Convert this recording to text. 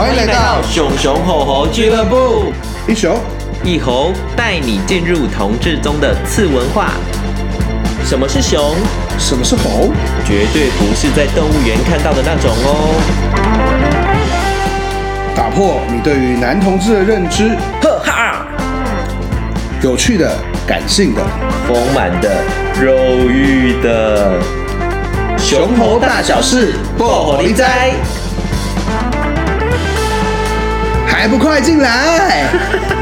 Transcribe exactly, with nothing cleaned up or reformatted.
欢迎来到熊熊吼猴俱乐部， 一熊一猴带你进入同志中的次文化。什么是熊？ 什么是猴？ 绝对不是在动物园看到的那种哦。 打破你对于男同志的认知， 呵哈！ 有趣的、感性的、 丰满的、肉欲的，熊猴大小事，过火力哉！ 还不快进来！